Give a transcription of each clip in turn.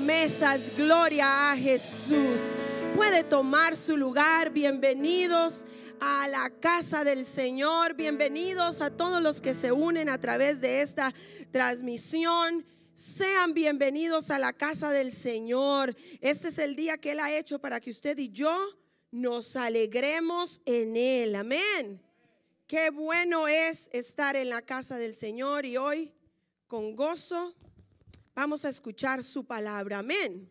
promesas. Gloria a Jesús. Puede tomar su lugar. Bienvenidos a la casa del Señor. Bienvenidos a todos los que se unen a través de esta transmisión. Sean bienvenidos a la casa del Señor. Este es el día que Él ha hecho para que usted y yo nos alegremos en Él. Amén. Qué bueno es estar en la casa del Señor, y hoy con gozo vamos a escuchar su palabra. Amén.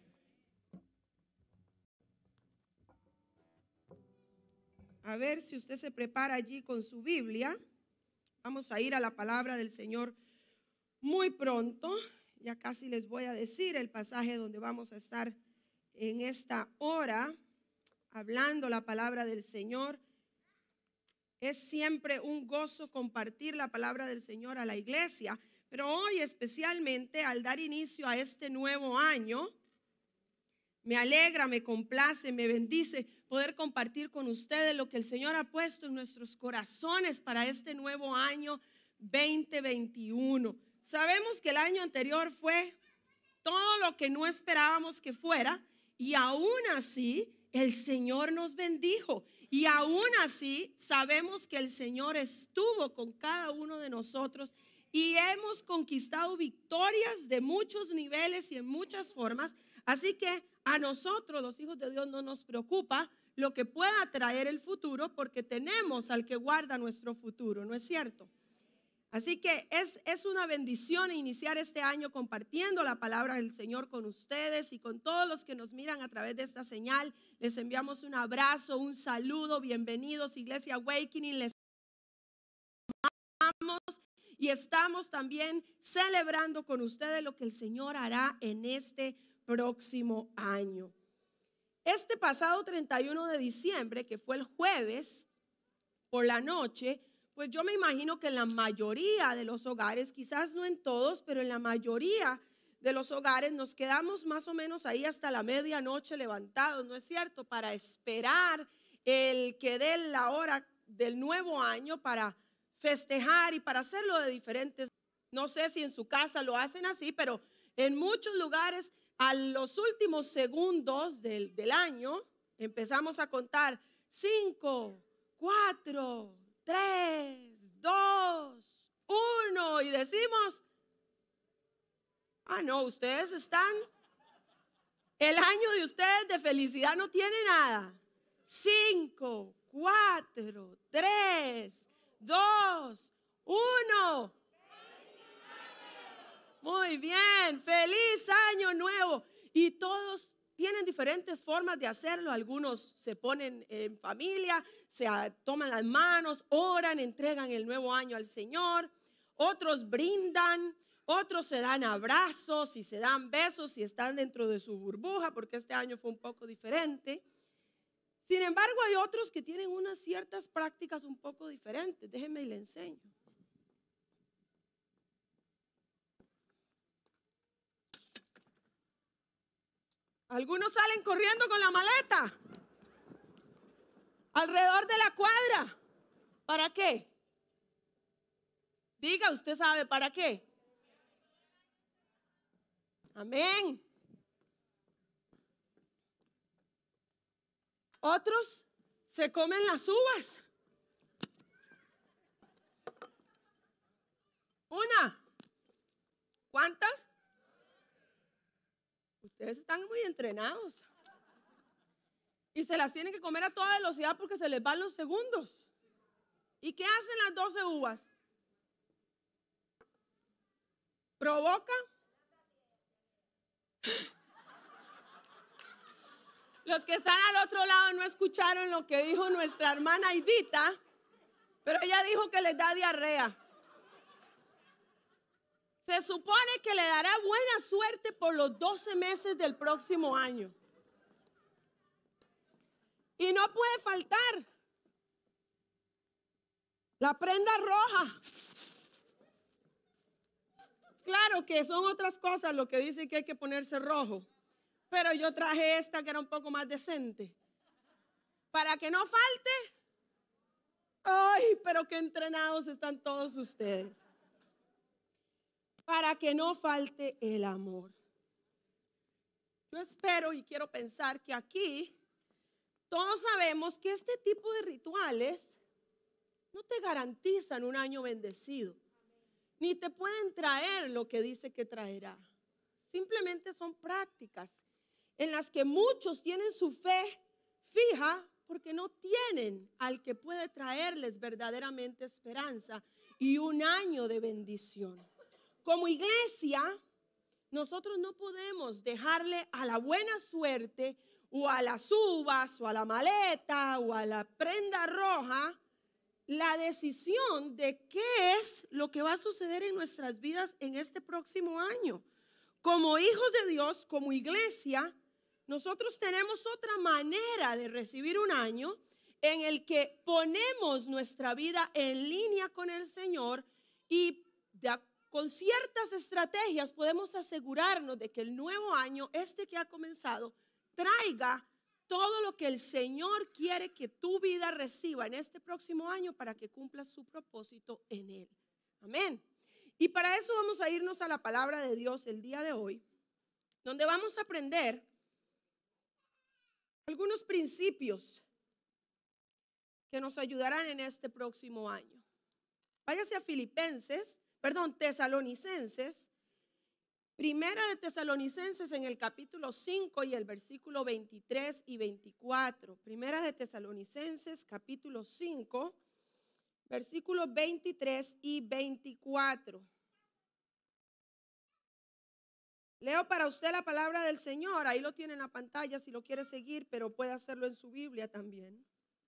A ver si usted se prepara allí con su Biblia. Vamos a ir a la palabra del Señor muy pronto. Ya casi les voy a decir el pasaje donde vamos a estar en esta hora hablando la palabra del Señor. Es siempre un gozo compartir la palabra del Señor a la iglesia, pero hoy especialmente al dar inicio a este nuevo año, me alegra, me complace, me bendice poder compartir con ustedes lo que el Señor ha puesto en nuestros corazones para este nuevo año 2021. Sabemos que el año anterior fue todo lo que no esperábamos que fuera, y aún así el Señor nos bendijo. Y aún así sabemos que el Señor estuvo con cada uno de nosotros y hemos conquistado victorias de muchos niveles y en muchas formas. Así que a nosotros, los hijos de Dios, no nos preocupa lo que pueda traer el futuro, porque tenemos al que guarda nuestro futuro, ¿no es cierto? Así que es una bendición iniciar este año compartiendo la palabra del Señor con ustedes y con todos los que nos miran a través de esta señal. Les enviamos un abrazo, un saludo, bienvenidos Iglesia Awakening, les amamos y estamos también celebrando con ustedes lo que el Señor hará en este próximo año. Este pasado 31 de diciembre, que fue el jueves por la noche, pues yo me imagino que en la mayoría de los hogares, quizás no en todos, pero en la mayoría de los hogares nos quedamos más o menos ahí hasta la medianoche levantados, ¿no es cierto? Para esperar el que dé la hora del nuevo año para festejar y para hacerlo de diferentes. No sé si en su casa lo hacen así, pero en muchos lugares a los últimos segundos del año empezamos a contar 5, 4, 3, 2, 1 y decimos, no, ustedes están, el año de ustedes de felicidad no tiene nada. 5, 4, 3, 2, 1. Muy bien, feliz año nuevo. Y todos tienen diferentes formas de hacerlo. Algunos se ponen en familia, se toman las manos, oran, entregan el nuevo año al Señor. Otros brindan, otros se dan abrazos y se dan besos y están dentro de su burbuja, porque este año fue un poco diferente. Sin embargo, hay otros que tienen unas ciertas prácticas un poco diferentes. Déjenme y le enseño. Algunos salen corriendo con la maleta alrededor de la cuadra. ¿Para qué? Diga, usted sabe para qué. Amén. Otros se comen las uvas. Una. ¿Cuántas? Ustedes están muy entrenados. Y se las tienen que comer a toda velocidad porque se les van los segundos. ¿Y qué hacen las 12 uvas? ¿Provoca? Los que están al otro lado no escucharon lo que dijo nuestra hermana Idita, pero ella dijo que les da diarrea. Se supone que le dará buena suerte por los 12 meses del próximo año. Y no puede faltar la prenda roja. Claro que son otras cosas lo que dicen que hay que ponerse rojo, pero yo traje esta que era un poco más decente. Para que no falte. Ay, pero qué entrenados están todos ustedes. Para que no falte el amor. Yo espero y quiero pensar que aquí todos sabemos que este tipo de rituales no te garantizan un año bendecido, ni te pueden traer lo que dice que traerá. Simplemente son prácticas en las que muchos tienen su fe fija porque no tienen al que puede traerles verdaderamente esperanza y un año de bendición. Como iglesia, nosotros no podemos dejarle a la buena suerte o a las uvas o a la maleta o a la prenda roja la decisión de qué es lo que va a suceder en nuestras vidas en este próximo año. Como hijos de Dios, como iglesia, nosotros tenemos otra manera de recibir un año en el que ponemos nuestra vida en línea con el Señor y con ciertas estrategias podemos asegurarnos de que el nuevo año, este que ha comenzado, traiga todo lo que el Señor quiere que tu vida reciba en este próximo año para que cumpla su propósito en él. Amén. Y para eso vamos a irnos a la palabra de Dios el día de hoy, donde vamos a aprender algunos principios que nos ayudarán en este próximo año. Váyase a Tesalonicenses, primera de Tesalonicenses en el capítulo 5 y el versículo 23 y 24. Primera de Tesalonicenses, capítulo 5, versículos 23 y 24. Leo para usted la palabra del Señor, ahí lo tiene en la pantalla si lo quiere seguir, pero puede hacerlo en su Biblia también.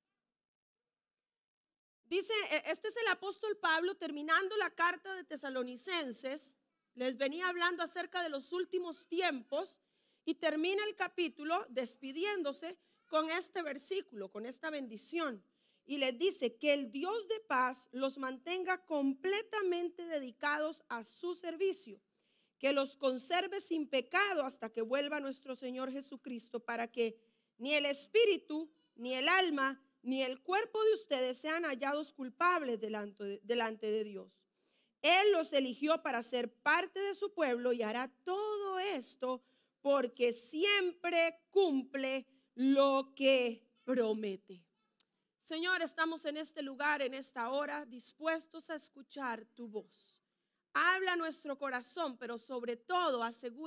Dice, este es el apóstol Pablo terminando la carta de Tesalonicenses, les venía hablando acerca de los últimos tiempos y termina el capítulo despidiéndose con este versículo, con esta bendición. Y les dice que el Dios de paz los mantenga completamente dedicados a su servicio, que los conserve sin pecado hasta que vuelva nuestro Señor Jesucristo, para que ni el espíritu, ni el alma, ni el cuerpo de ustedes sean hallados culpables delante de Dios. Él los eligió para ser parte de su pueblo y hará todo esto porque siempre cumple lo que promete. Señor, estamos en este lugar, en esta hora, dispuestos a escuchar tu voz. Habla nuestro corazón, pero sobre todo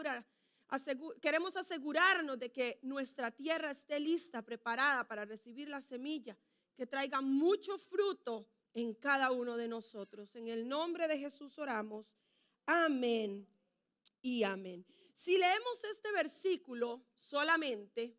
queremos asegurarnos de que nuestra tierra esté lista, preparada para recibir la semilla, que traiga mucho fruto en cada uno de nosotros. En el nombre de Jesús oramos. Amén y amén. Si leemos este versículo solamente,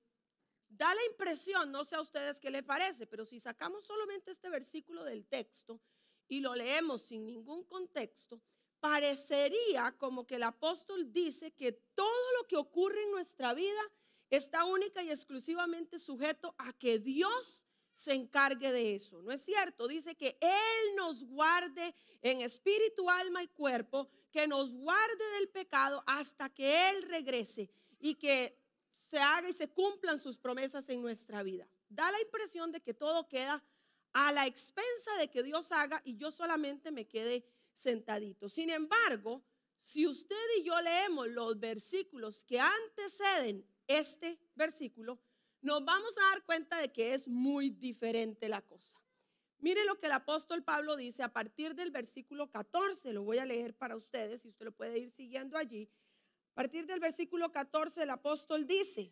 da la impresión, no sé a ustedes qué les parece, pero si sacamos solamente este versículo del texto y lo leemos sin ningún contexto, parecería como que el apóstol dice que todo lo que ocurre en nuestra vida está única y exclusivamente sujeto a que Dios se encargue de eso. No es cierto, dice que Él nos guarde en espíritu, alma y cuerpo, que nos guarde del pecado hasta que Él regrese y que se haga y se cumplan sus promesas en nuestra vida. Da la impresión de que todo queda a la expensa de que Dios haga y yo solamente me quede sentadito. Sin embargo, si usted y yo leemos los versículos que anteceden este versículo, nos vamos a dar cuenta de que es muy diferente la cosa. Mire lo que el apóstol Pablo dice a partir del versículo 14, lo voy a leer para ustedes y usted lo puede ir siguiendo allí. A partir del versículo 14 el apóstol dice,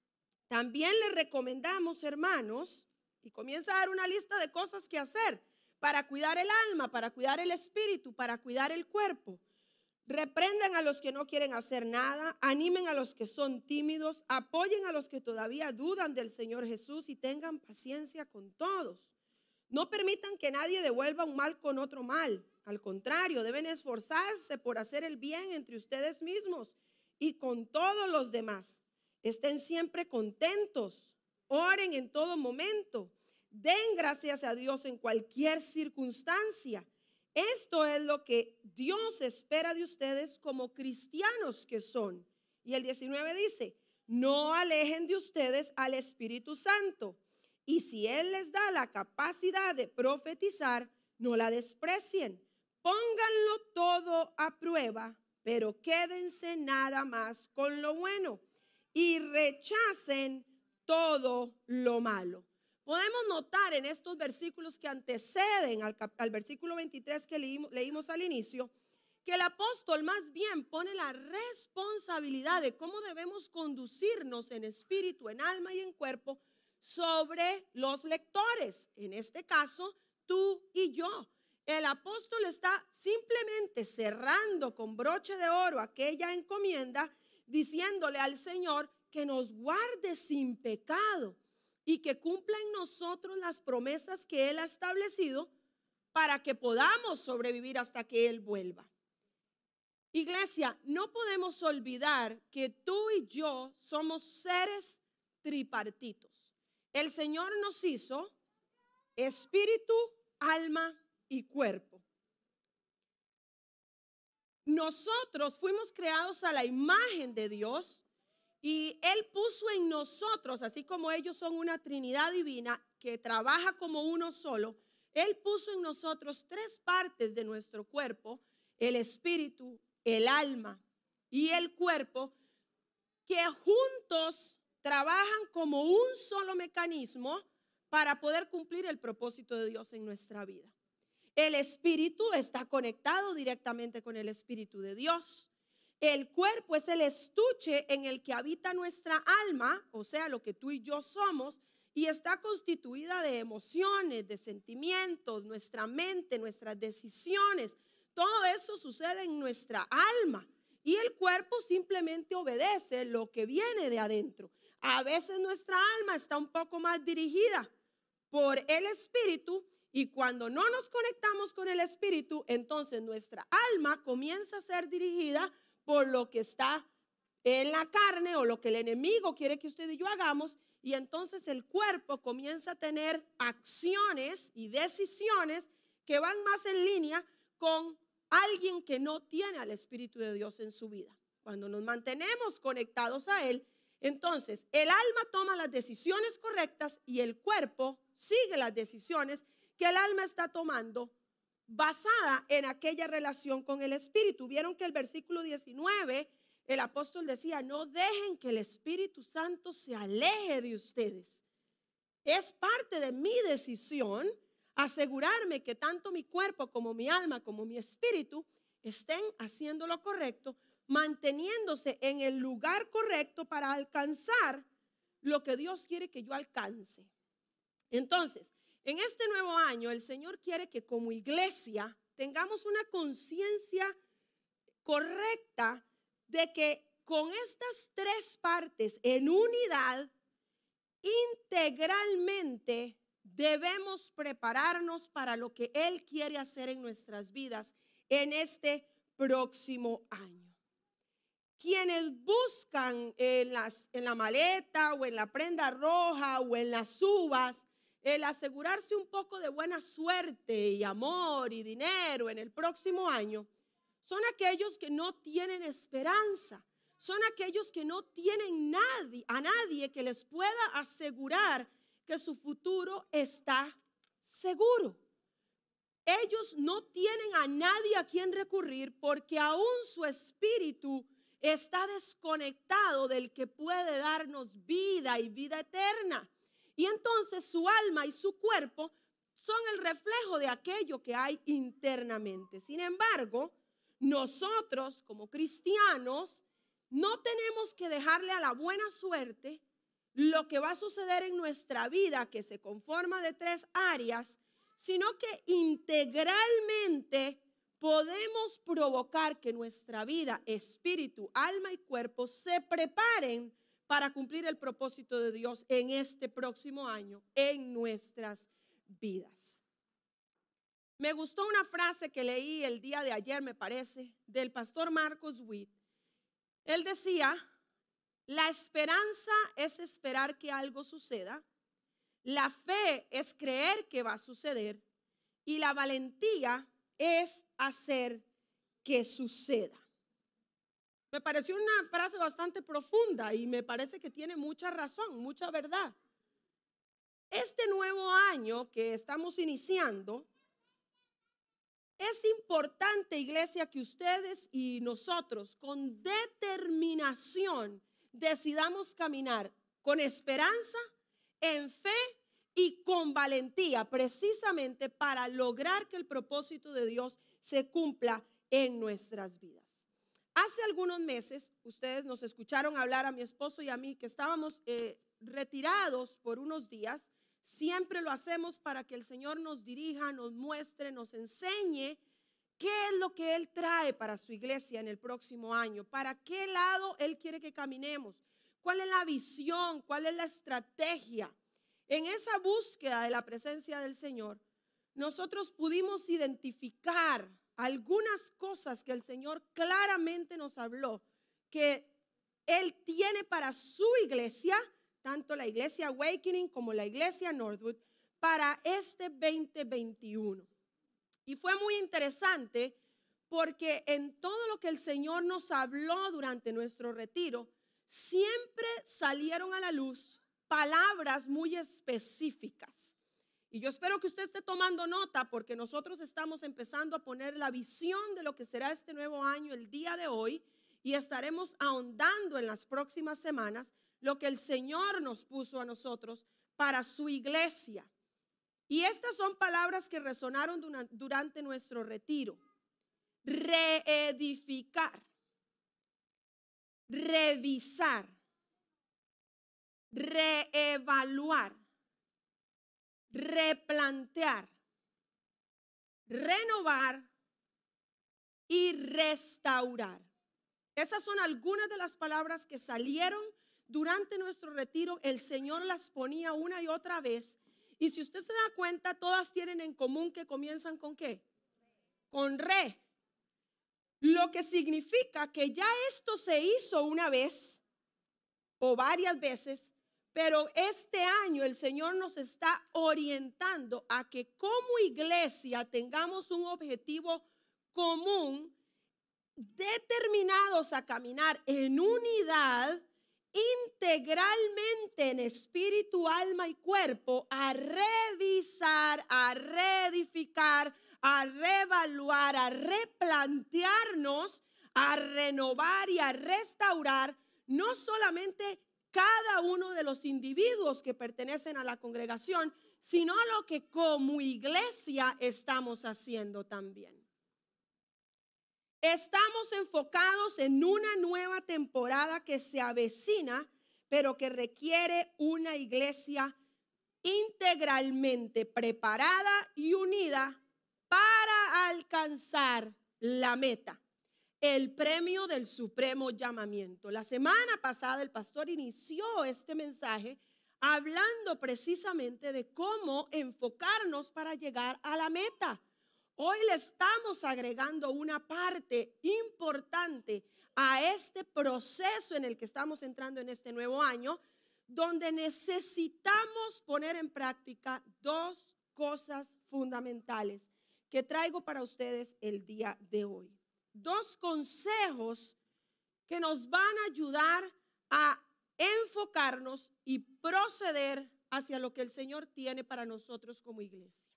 también le recomendamos, hermanos, y comienza a dar una lista de cosas que hacer para cuidar el alma, para cuidar el espíritu, para cuidar el cuerpo. Reprendan a los que no quieren hacer nada, animen a los que son tímidos, apoyen a los que todavía dudan del Señor Jesús y tengan paciencia con todos. No permitan que nadie devuelva un mal con otro mal. Al contrario, deben esforzarse por hacer el bien entre ustedes mismos y con todos los demás. Estén siempre contentos, oren en todo momento, den gracias a Dios en cualquier circunstancia. Esto es lo que Dios espera de ustedes como cristianos que son. Y el 19 dice, no alejen de ustedes al Espíritu Santo. Y si Él les da la capacidad de profetizar, no la desprecien. Pónganlo todo a prueba, pero quédense nada más con lo bueno. y rechacen todo lo malo. Podemos notar en estos versículos que anteceden al versículo 23 que leímos al inicio, que el apóstol más bien pone la responsabilidad de cómo debemos conducirnos en espíritu, en alma y en cuerpo sobre los lectores, en este caso tú y yo. El apóstol está simplemente cerrando con broche de oro aquella encomienda, diciéndole al Señor que nos guarde sin pecado y que cumpla en nosotros las promesas que Él ha establecido para que podamos sobrevivir hasta que Él vuelva. Iglesia, no podemos olvidar que tú y yo somos seres tripartitos. El Señor nos hizo espíritu, alma y cuerpo. Nosotros fuimos creados a la imagen de Dios y Él puso en nosotros, así como ellos son una Trinidad divina que trabaja como uno solo, Él puso en nosotros tres partes de nuestro cuerpo, el espíritu, el alma y el cuerpo, que juntos trabajan como un solo mecanismo para poder cumplir el propósito de Dios en nuestra vida. El espíritu está conectado directamente con el espíritu de Dios. El cuerpo es el estuche en el que habita nuestra alma, o sea, lo que tú y yo somos, y está constituida de emociones, de sentimientos, nuestra mente, nuestras decisiones. Todo eso sucede en nuestra alma y el cuerpo simplemente obedece lo que viene de adentro. A veces nuestra alma está un poco más dirigida por el espíritu y cuando no nos conectamos con el espíritu, entonces nuestra alma comienza a ser dirigida por lo que está en la carne o lo que el enemigo quiere que usted y yo hagamos, y entonces el cuerpo comienza a tener acciones y decisiones que van más en línea con alguien que no tiene al Espíritu de Dios en su vida. Cuando nos mantenemos conectados a Él, entonces el alma toma las decisiones correctas y el cuerpo sigue las decisiones que el alma está tomando basada en aquella relación con el Espíritu. Vieron que el versículo 19, el apóstol decía, no dejen que el Espíritu Santo se aleje de ustedes. Es parte de mi decisión asegurarme que tanto mi cuerpo como mi alma como mi espíritu estén haciendo lo correcto, manteniéndose en el lugar correcto para alcanzar lo que Dios quiere que yo alcance. Entonces, en este nuevo año, el Señor quiere que como iglesia tengamos una conciencia correcta de que con estas tres partes en unidad, integralmente debemos prepararnos para lo que Él quiere hacer en nuestras vidas en este próximo año. Quienes buscan en la maleta o en la prenda roja o en las uvas el asegurarse un poco de buena suerte y amor y dinero en el próximo año, son aquellos que no tienen esperanza. Son aquellos que no tienen a nadie que les pueda asegurar que su futuro está seguro. Ellos no tienen a nadie a quien recurrir porque aún su espíritu está desconectado del que puede darnos vida y vida eterna. Y entonces su alma y su cuerpo son el reflejo de aquello que hay internamente. Sin embargo, nosotros como cristianos no tenemos que dejarle a la buena suerte lo que va a suceder en nuestra vida, que se conforma de tres áreas, sino que integralmente podemos provocar que nuestra vida, espíritu, alma y cuerpo se preparen para cumplir el propósito de Dios en este próximo año en nuestras vidas. Me gustó una frase que leí el día de ayer, me parece, del pastor Marcos Witt. Él decía, la esperanza es esperar que algo suceda, la fe es creer que va a suceder y la valentía es hacer que suceda. Me pareció una frase bastante profunda y me parece que tiene mucha razón, mucha verdad. Este nuevo año que estamos iniciando, es importante, iglesia, que ustedes y nosotros con determinación decidamos caminar con esperanza, en fe y con valentía, precisamente para lograr que el propósito de Dios se cumpla en nuestras vidas. Hace algunos meses, ustedes nos escucharon hablar a mi esposo y a mí que estábamos retirados por unos días. Siempre lo hacemos para que el Señor nos dirija, nos muestre, nos enseñe qué es lo que Él trae para su iglesia en el próximo año, para qué lado Él quiere que caminemos, cuál es la visión, cuál es la estrategia. En esa búsqueda de la presencia del Señor, nosotros pudimos identificar algunas cosas que el Señor claramente nos habló, que Él tiene para su iglesia, tanto la iglesia Awakening como la iglesia Northwood, para este 2021. Y fue muy interesante porque en todo lo que el Señor nos habló durante nuestro retiro, siempre salieron a la luz palabras muy específicas. Y yo espero que usted esté tomando nota porque nosotros estamos empezando a poner la visión de lo que será este nuevo año el día de hoy y estaremos ahondando en las próximas semanas lo que el Señor nos puso a nosotros para su iglesia. Y estas son palabras que resonaron durante nuestro retiro. Reedificar, revisar, reevaluar, replantear, renovar y restaurar. Esas son algunas de las palabras que salieron durante nuestro retiro. El Señor las ponía una y otra vez. Y si usted se da cuenta, todas tienen en común que comienzan ¿con qué? Con re. Lo que significa que ya esto se hizo una vez o varias veces, pero este año el Señor nos está orientando a que como iglesia tengamos un objetivo común, determinados a caminar en unidad, integralmente en espíritu, alma y cuerpo, a revisar, a reedificar, a reevaluar, a replantearnos, a renovar y a restaurar, no solamente cada uno de los individuos que pertenecen a la congregación, sino lo que como iglesia estamos haciendo también. Estamos enfocados en una nueva temporada que se avecina, pero que requiere una iglesia integralmente preparada y unida para alcanzar la meta, el premio del supremo llamamiento. La semana pasada el pastor inició este mensaje hablando precisamente de cómo enfocarnos para llegar a la meta. Hoy le estamos agregando una parte importante a este proceso en el que estamos entrando en este nuevo año, donde necesitamos poner en práctica dos cosas fundamentales que traigo para ustedes el día de hoy. Dos consejos que nos van a ayudar a enfocarnos y proceder hacia lo que el Señor tiene para nosotros como iglesia.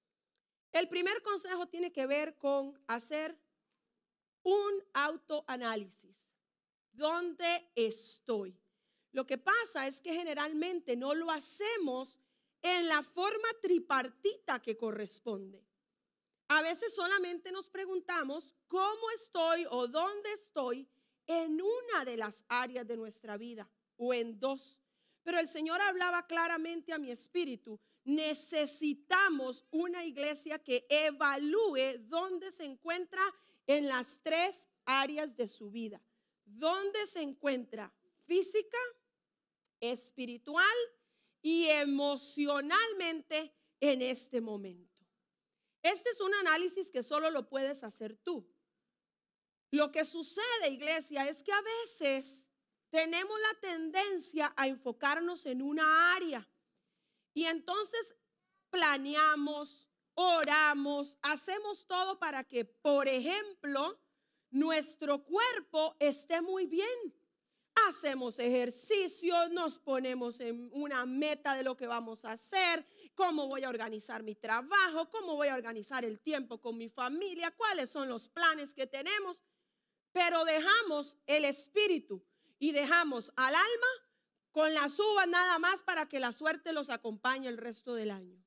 El primer consejo tiene que ver con hacer un autoanálisis. ¿Dónde estoy? Lo que pasa es que generalmente no lo hacemos en la forma tripartita que corresponde. A veces solamente nos preguntamos cómo estoy o dónde estoy en una de las áreas de nuestra vida o en dos. Pero el Señor hablaba claramente a mi espíritu. Necesitamos una iglesia que evalúe dónde se encuentra en las tres áreas de su vida. Dónde se encuentra física, espiritual y emocionalmente en este momento. Este es un análisis que solo lo puedes hacer tú. Lo que sucede, iglesia, es que a veces tenemos la tendencia a enfocarnos en una área y entonces planeamos, oramos, hacemos todo para que, por ejemplo, nuestro cuerpo esté muy bien. Hacemos ejercicio, nos ponemos en una meta de lo que vamos a hacer, cómo voy a organizar mi trabajo, cómo voy a organizar el tiempo con mi familia, cuáles son los planes que tenemos, pero dejamos el espíritu. y dejamos al alma con las uvas nada más para que la suerte los acompañe el resto del año.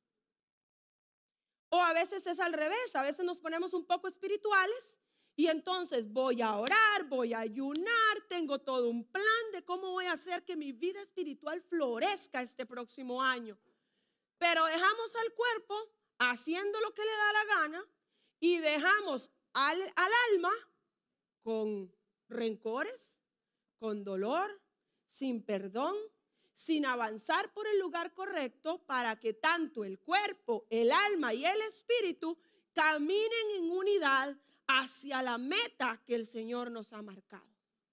O a veces es al revés, a veces nos ponemos un poco espirituales y entonces voy a orar, voy a ayunar, tengo todo un plan de cómo voy a hacer que mi vida espiritual florezca este próximo año. Pero dejamos al cuerpo haciendo lo que le da la gana y dejamos al alma con rencores, con dolor, sin perdón, sin avanzar por el lugar correcto para que tanto el cuerpo, el alma y el espíritu caminen en unidad hacia la meta que el Señor nos ha marcado.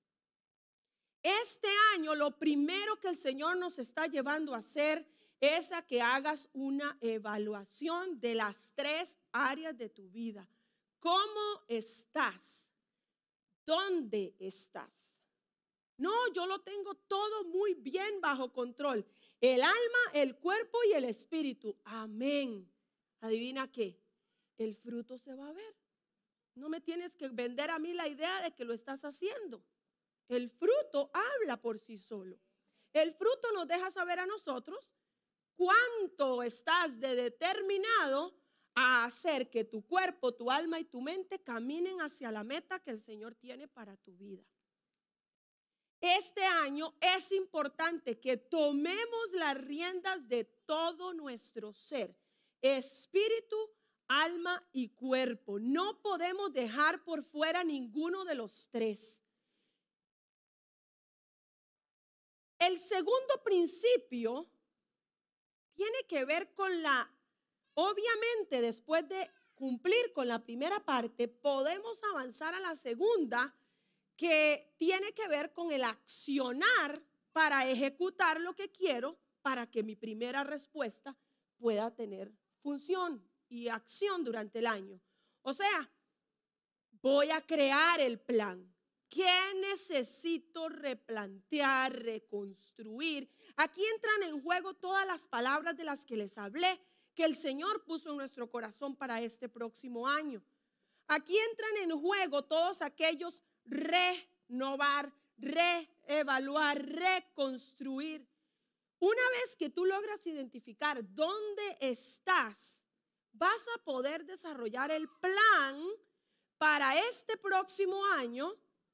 Este año lo primero que el Señor nos está llevando a hacer es a que hagas una evaluación de las 3 áreas de tu vida. ¿Cómo estás? ¿Dónde estás? No, yo lo tengo todo muy bien bajo control. El alma, el cuerpo y el espíritu. Amén. ¿Adivina qué? El fruto se va a ver. No me tienes que vender a mí la idea de que lo estás haciendo. El fruto habla por sí solo. El fruto nos deja saber a nosotros cuánto estás de determinado a hacer que tu cuerpo, tu alma y tu mente caminen hacia la meta que el Señor tiene para tu vida. Este año es importante que tomemos las riendas de todo nuestro ser, espíritu, alma y cuerpo. No podemos dejar por fuera ninguno de los 3. El segundo principio tiene que ver con obviamente después de cumplir con la primera parte, podemos avanzar a la segunda, que tiene que ver con el accionar para ejecutar lo que quiero para que mi primera respuesta pueda tener función y acción durante el año. O sea, voy a crear el plan. ¿Qué necesito replantear, reconstruir? Aquí entran en juego todas las palabras de las que les hablé, que el Señor puso en nuestro corazón para este próximo año. Aquí entran en juego todos aquellos renovar, reevaluar, reconstruir. Una vez que tú logras identificar dónde estás, vas a poder desarrollar el plan para este próximo año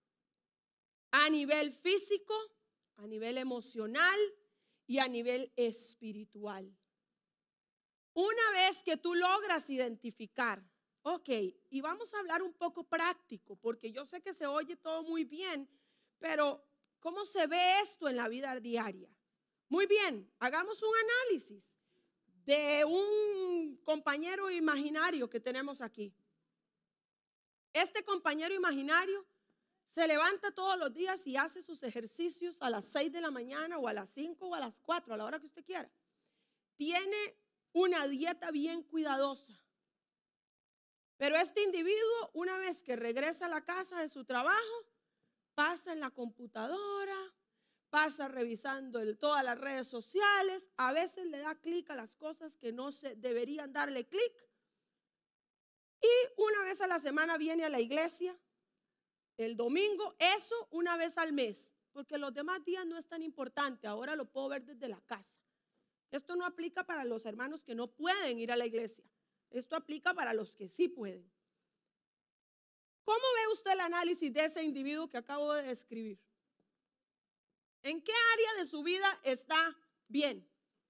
a nivel físico, a nivel emocional y a nivel espiritual. Una vez que tú logras identificar, ok, y vamos a hablar un poco práctico, porque yo sé que se oye todo muy bien, pero ¿cómo se ve esto en la vida diaria? Muy bien, hagamos un análisis de un compañero imaginario que tenemos aquí. Este compañero imaginario se levanta todos los días y hace sus ejercicios a las 6 de la mañana o a las 5 o a las 4, a la hora que usted quiera. Tiene una dieta bien cuidadosa. Pero este individuo, una vez que regresa a la casa de su trabajo, pasa en la computadora, pasa revisando todas las redes sociales, a veces le da clic a las cosas que no se deberían darle clic. Y una vez a la semana viene a la iglesia, el domingo, eso una vez al mes, porque los demás días no es tan importante, ahora lo puedo ver desde la casa. Esto no aplica para los hermanos que no pueden ir a la iglesia, esto aplica para los que sí pueden. ¿Cómo ve usted el análisis de ese individuo que acabo de describir? ¿En qué área de su vida está bien?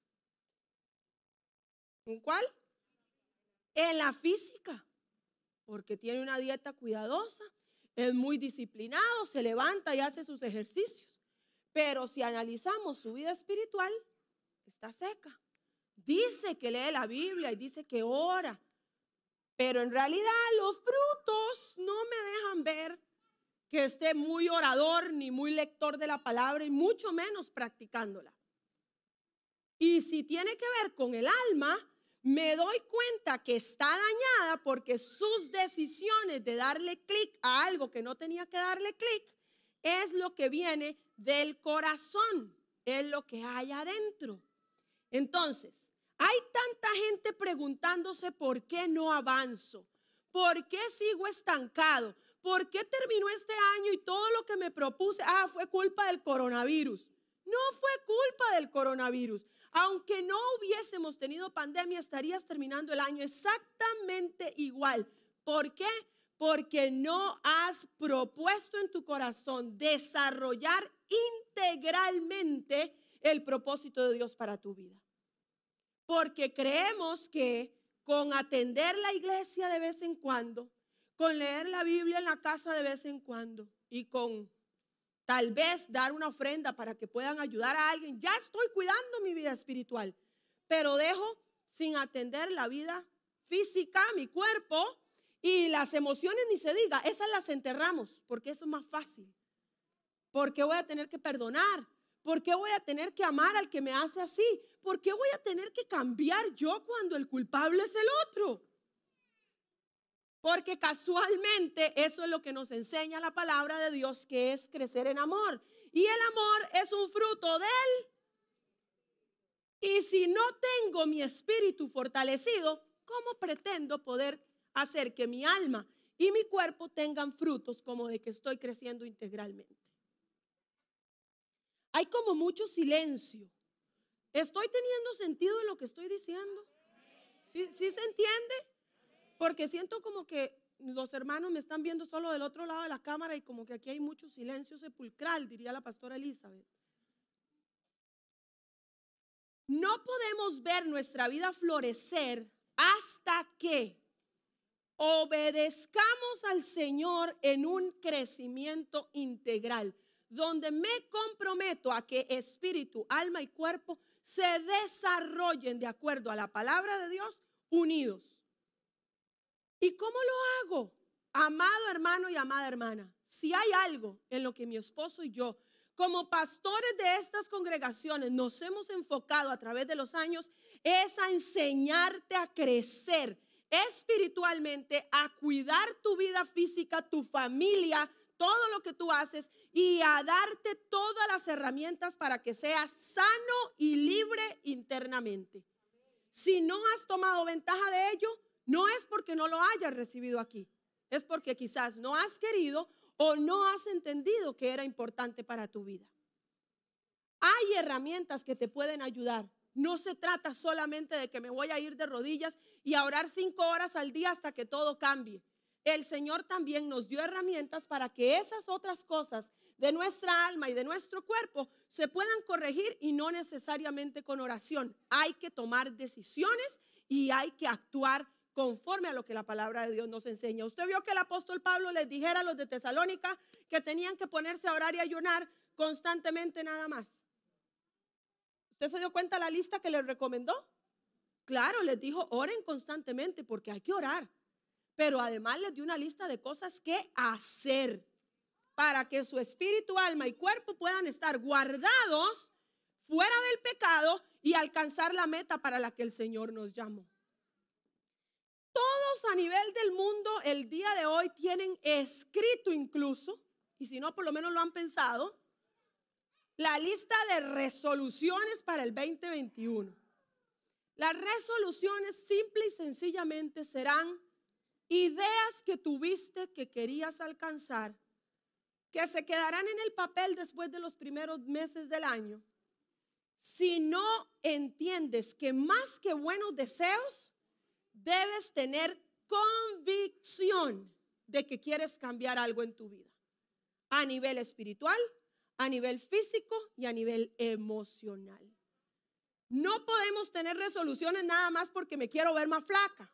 ¿En cuál? En la física, porque tiene una dieta cuidadosa, es muy disciplinado, se levanta y hace sus ejercicios. Pero si analizamos su vida espiritual, está seca. Dice que lee la Biblia y dice que ora, pero en realidad los frutos no me dejan ver que esté muy orador ni muy lector de la palabra y mucho menos practicándola. Y si tiene que ver con el alma, me doy cuenta que está dañada porque sus decisiones de darle clic a algo que no tenía que darle clic es lo que viene del corazón, es lo que hay adentro. Entonces, hay tanta gente preguntándose por qué no avanzo, por qué sigo estancado, ¿por qué terminó este año y todo lo que me propuse? Fue culpa del coronavirus. No fue culpa del coronavirus. Aunque no hubiésemos tenido pandemia, estarías terminando el año exactamente igual. ¿Por qué? Porque no has propuesto en tu corazón desarrollar integralmente el propósito de Dios para tu vida. Porque creemos que con atender la iglesia de vez en cuando, con leer la Biblia en la casa de vez en cuando y con tal vez dar una ofrenda para que puedan ayudar a alguien, ya estoy cuidando mi vida espiritual, pero dejo sin atender la vida física, mi cuerpo, y las emociones ni se diga, esas las enterramos porque eso es más fácil. ¿Por qué voy a tener que perdonar? ¿Por qué voy a tener que amar al que me hace así? ¿Por qué voy a tener que cambiar yo cuando el culpable es el otro? Porque casualmente eso es lo que nos enseña la palabra de Dios, que es crecer en amor. Y el amor es un fruto de él. Y si no tengo mi espíritu fortalecido, ¿cómo pretendo poder hacer que mi alma y mi cuerpo tengan frutos como de que estoy creciendo integralmente? Hay como mucho silencio. ¿Estoy teniendo sentido en lo que estoy diciendo? ¿Sí se entiende? Porque siento como que los hermanos me están viendo solo del otro lado de la cámara y como que aquí hay mucho silencio sepulcral, diría la pastora Elizabeth. No podemos ver nuestra vida florecer hasta que obedezcamos al Señor en un crecimiento integral, donde me comprometo a que espíritu, alma y cuerpo se desarrollen de acuerdo a la palabra de Dios, unidos. ¿Y cómo lo hago? Amado hermano y amada hermana, si hay algo en lo que mi esposo y yo, como pastores de estas congregaciones, nos hemos enfocado a través de los años, es a enseñarte a crecer espiritualmente, a cuidar tu vida física, tu familia, todo lo que tú haces y a darte todas las herramientas para que seas sano y libre internamente. Si no has tomado ventaja de ello, no es porque no lo hayas recibido aquí, es porque quizás no has querido o no has entendido que era importante para tu vida. Hay herramientas que te pueden ayudar. No se trata solamente de que me voy a ir de rodillas y a orar 5 horas al día hasta que todo cambie. El Señor también nos dio herramientas para que esas otras cosas de nuestra alma y de nuestro cuerpo se puedan corregir y no necesariamente con oración. Hay que tomar decisiones y hay que actuar conforme a lo que la palabra de Dios nos enseña. Usted vio que el apóstol Pablo les dijera a los de Tesalónica que tenían que ponerse a orar y ayunar constantemente nada más. ¿Usted se dio cuenta de la lista que les recomendó? Claro, les dijo, oren constantemente porque hay que orar. Pero además les dio una lista de cosas que hacer para que su espíritu, alma y cuerpo puedan estar guardados fuera del pecado y alcanzar la meta para la que el Señor nos llamó. Todos a nivel del mundo el día de hoy tienen escrito incluso, y si no por lo menos lo han pensado, la lista de resoluciones para el 2021. Las resoluciones simple y sencillamente serán ideas que tuviste que querías alcanzar, que se quedarán en el papel después de los primeros meses del año. Si no entiendes que más que buenos deseos, debes tener convicción de que quieres cambiar algo en tu vida, a nivel espiritual, a nivel físico y a nivel emocional. No podemos tener resoluciones nada más porque me quiero ver más flaca.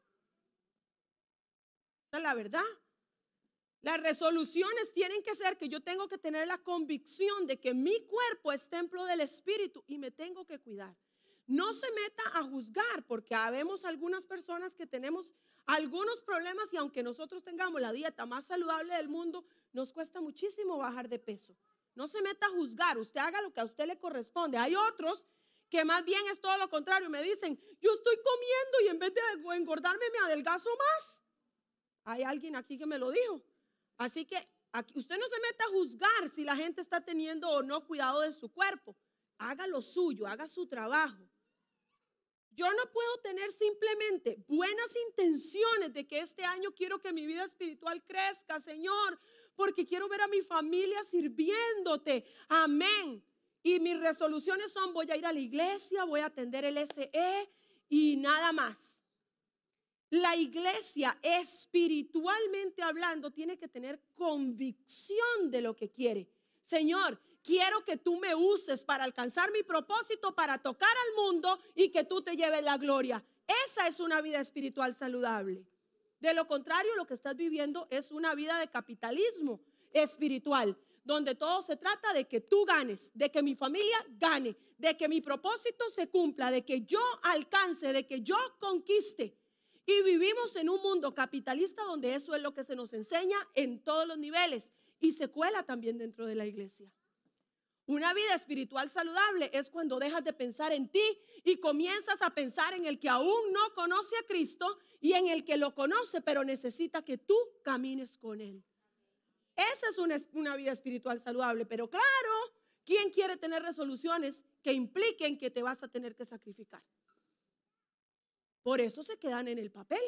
Esa es la verdad. Las resoluciones tienen que ser que yo tengo que tener la convicción de que mi cuerpo es templo del Espíritu y me tengo que cuidar. No se meta a juzgar porque habemos algunas personas que tenemos algunos problemas y aunque nosotros tengamos la dieta más saludable del mundo, nos cuesta muchísimo bajar de peso. No se meta a juzgar, usted haga lo que a usted le corresponde. Hay otros que más bien es todo lo contrario, me dicen, yo estoy comiendo y en vez de engordarme me adelgazo más. Hay alguien aquí que me lo dijo. Así que aquí, usted no se meta a juzgar si la gente está teniendo o no cuidado de su cuerpo. Haga lo suyo, haga su trabajo. Yo no puedo tener simplemente buenas intenciones de que este año quiero que mi vida espiritual crezca, Señor, porque quiero ver a mi familia sirviéndote. Amén. Y mis resoluciones son: voy a ir a la iglesia, voy a atender el SE y nada más. La iglesia, espiritualmente hablando, tiene que tener convicción de lo que quiere. Señor, quiero que tú me uses para alcanzar mi propósito, para tocar al mundo y que tú te lleves la gloria. Esa es una vida espiritual saludable. De lo contrario, lo que estás viviendo es una vida de capitalismo espiritual, donde todo se trata de que tú ganes, de que mi familia gane, de que mi propósito se cumpla, de que yo alcance, de que yo conquiste. Y vivimos en un mundo capitalista donde eso es lo que se nos enseña en todos los niveles y se cuela también dentro de la iglesia. Una vida espiritual saludable es cuando dejas de pensar en ti y comienzas a pensar en el que aún no conoce a Cristo y en el que lo conoce, pero necesita que tú camines con él. Esa es una vida espiritual saludable. Pero claro, ¿quién quiere tener resoluciones que impliquen que te vas a tener que sacrificar? Por eso se quedan en el papel.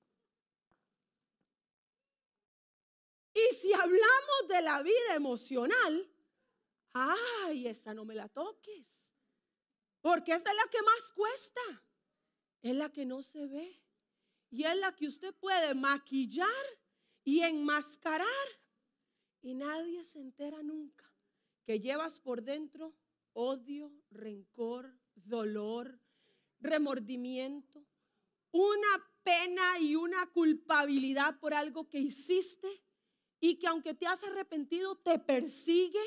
Y si hablamos de la vida emocional, ay, esa no me la toques, porque esa es la que más cuesta, es la que no se ve y es la que usted puede maquillar y enmascarar y nadie se entera nunca que llevas por dentro odio, rencor, dolor, remordimiento, una pena y una culpabilidad por algo que hiciste y que aunque te has arrepentido te persigue.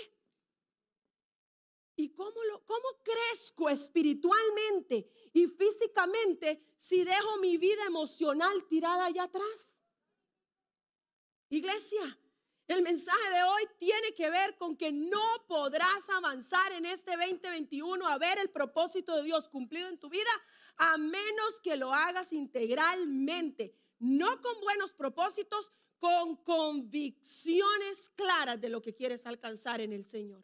¿Y cómo crezco espiritualmente y físicamente si dejo mi vida emocional tirada allá atrás? Iglesia, el mensaje de hoy tiene que ver con que no podrás avanzar en este 2021 a ver el propósito de Dios cumplido en tu vida a menos que lo hagas integralmente, no con buenos propósitos, con convicciones claras de lo que quieres alcanzar en el Señor.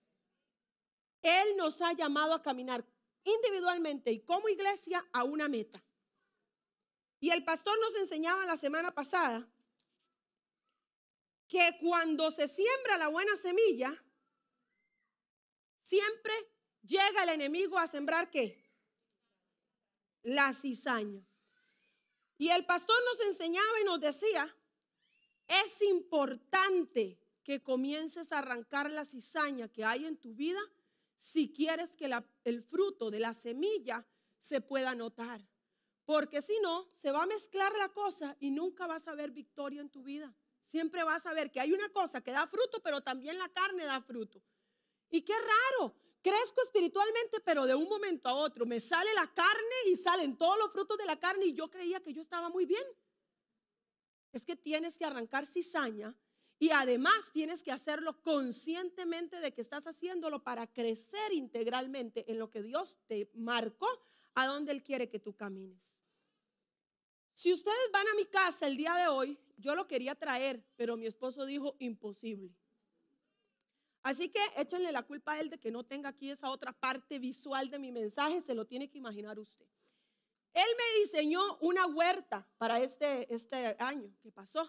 Él nos ha llamado a caminar individualmente y como iglesia a una meta. Y el pastor nos enseñaba la semana pasada que cuando se siembra la buena semilla, siempre llega el enemigo a sembrar ¿qué? La cizaña. Y el pastor nos enseñaba y nos decía, es importante que comiences a arrancar la cizaña que hay en tu vida si quieres que el fruto de la semilla se pueda notar. Porque si no, se va a mezclar la cosa y nunca vas a ver victoria en tu vida. Siempre vas a ver que hay una cosa que da fruto, pero también la carne da fruto. Y qué raro, crezco espiritualmente, pero de un momento a otro me sale la carne y salen todos los frutos de la carne y yo creía que yo estaba muy bien. Es que tienes que arrancar cizaña y además tienes que hacerlo conscientemente de que estás haciéndolo para crecer integralmente en lo que Dios te marcó, a donde Él quiere que tú camines. Si ustedes van a mi casa el día de hoy, yo lo quería traer, pero mi esposo dijo imposible. Así que échenle la culpa a él de que no tenga aquí esa otra parte visual de mi mensaje, se lo tiene que imaginar usted. Él me diseñó una huerta para este año que pasó.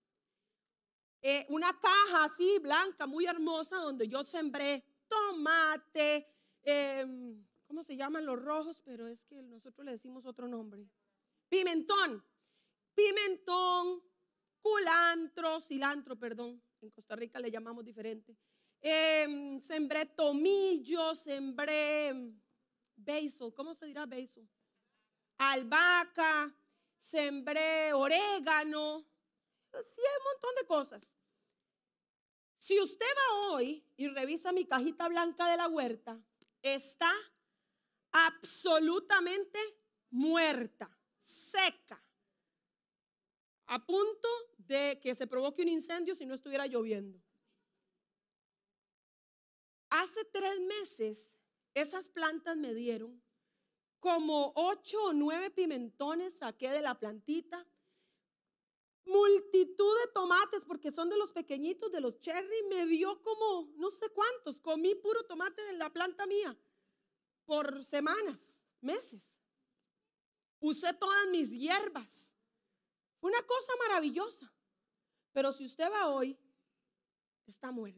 Una caja así blanca, muy hermosa, donde yo sembré tomate, ¿cómo se llaman los rojos? Pero es que nosotros le decimos otro nombre. Pimentón, cilantro, perdón. En Costa Rica le llamamos diferente. Sembré tomillo, sembré basil, ¿cómo se dirá basil? Albahaca, sembré orégano, sí, hay un montón de cosas. Si usted va hoy y revisa mi cajita blanca de la huerta, está absolutamente muerta, seca, a punto de que se provoque un incendio si no estuviera lloviendo. Hace 3 meses, esas plantas me dieron como 8 o 9 pimentones, saqué de la plantita, multitud de tomates, porque son de los pequeñitos, de los cherry, me dio como no sé cuántos, comí puro tomate de la planta mía por semanas, meses. usé todas mis hierbas. Fue una cosa maravillosa. Pero si usted va hoy, está muerta.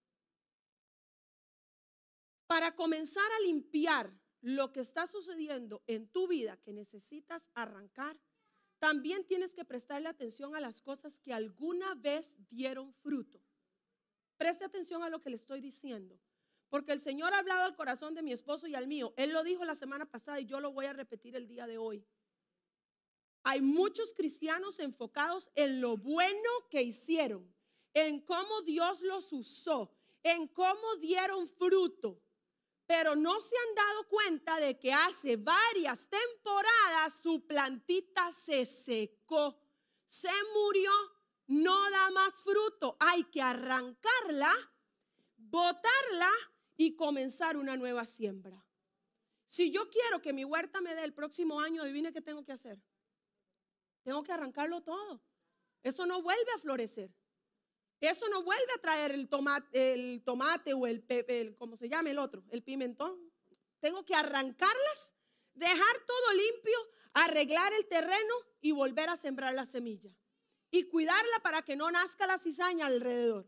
Para comenzar a limpiar lo que está sucediendo en tu vida que necesitas arrancar, también tienes que prestarle atención a las cosas que alguna vez dieron fruto. Preste atención a lo que le estoy diciendo, porque el Señor ha hablado al corazón de mi esposo y al mío. Él lo dijo la semana pasada y yo lo voy a repetir el día de hoy. Hay muchos cristianos enfocados en lo bueno que hicieron, en cómo Dios los usó, en cómo dieron fruto. Pero no se han dado cuenta de que hace varias temporadas su plantita se secó, se murió, no da más fruto. Hay que arrancarla, botarla y comenzar una nueva siembra. Si yo quiero que mi huerta me dé el próximo año, adivine qué tengo que hacer. Tengo que arrancarlo todo. Eso no vuelve a florecer. Eso no vuelve a traer el tomate o ¿cómo se llama el otro? El pimentón. Tengo que arrancarlas, dejar todo limpio, arreglar el terreno y volver a sembrar la semilla. Y cuidarla para que no nazca la cizaña alrededor.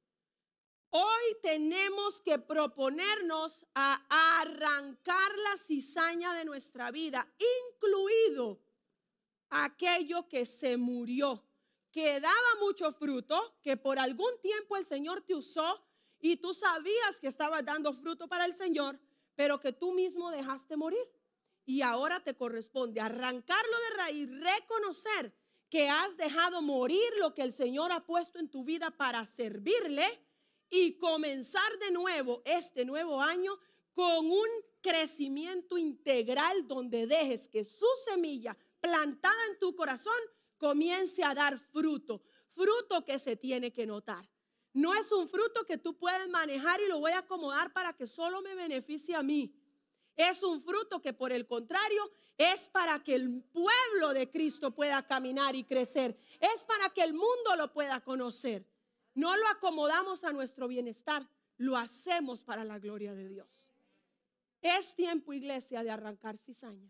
Hoy tenemos que proponernos a arrancar la cizaña de nuestra vida, incluido aquello que se murió, que daba mucho fruto, que por algún tiempo el Señor te usó y tú sabías que estabas dando fruto para el Señor, pero que tú mismo dejaste morir. Y ahora te corresponde arrancarlo de raíz, reconocer que has dejado morir lo que el Señor ha puesto en tu vida para servirle y comenzar de nuevo este nuevo año con un crecimiento integral donde dejes que su semilla plantada en tu corazón comience a dar fruto, fruto que se tiene que notar. No es un fruto que tú puedes manejar y lo voy a acomodar para que solo me beneficie a mí. Es un fruto que por el contrario es para que el pueblo de Cristo pueda caminar y crecer. Es para que el mundo lo pueda conocer. No lo acomodamos a nuestro bienestar, lo hacemos para la gloria de Dios. Es tiempo, iglesia, de arrancar cizaña.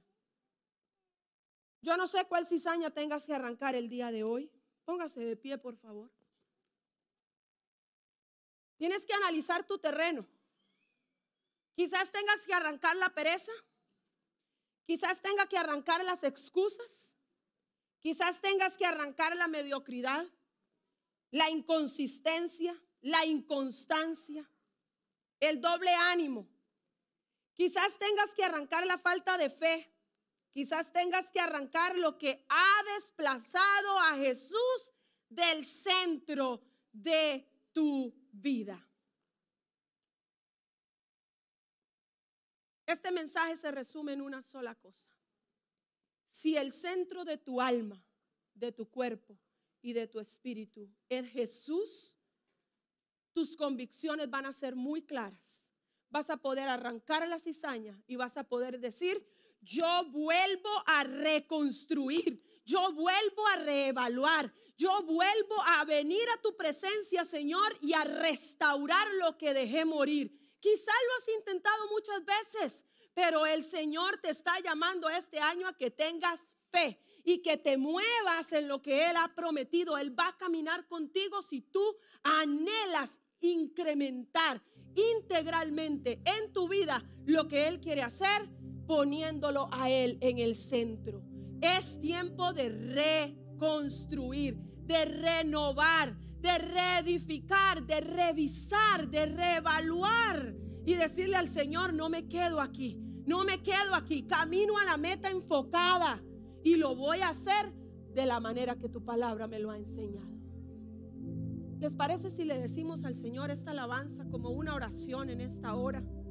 Yo no sé cuál cizaña tengas que arrancar el día de hoy. Póngase de pie, por favor. Tienes que analizar tu terreno. Quizás tengas que arrancar la pereza. Quizás tengas que arrancar las excusas. Quizás tengas que arrancar la mediocridad, la inconsistencia, la inconstancia, el doble ánimo. Quizás tengas que arrancar la falta de fe. Quizás tengas que arrancar lo que ha desplazado a Jesús del centro de tu vida. Este mensaje se resume en una sola cosa. Si el centro de tu alma, de tu cuerpo y de tu espíritu es Jesús, tus convicciones van a ser muy claras. Vas a poder arrancar la cizaña y vas a poder decir: yo vuelvo a reconstruir, yo vuelvo a reevaluar, yo vuelvo a venir a tu presencia, Señor, y a restaurar lo que dejé morir. Quizás lo has intentado muchas veces, pero el Señor te está llamando este año a que tengas fe y que te muevas en lo que Él ha prometido. Él va a caminar contigo si tú anhelas incrementar integralmente en tu vida lo que Él quiere hacer, poniéndolo a Él en el centro. Es tiempo de reconstruir, de renovar, de reedificar, de revisar, de reevaluar y decirle al Señor: no me quedo aquí, no me quedo aquí, camino a la meta enfocada y lo voy a hacer de la manera que tu palabra me lo ha enseñado. ¿Les parece si le decimos al Señor esta alabanza como una oración en esta hora?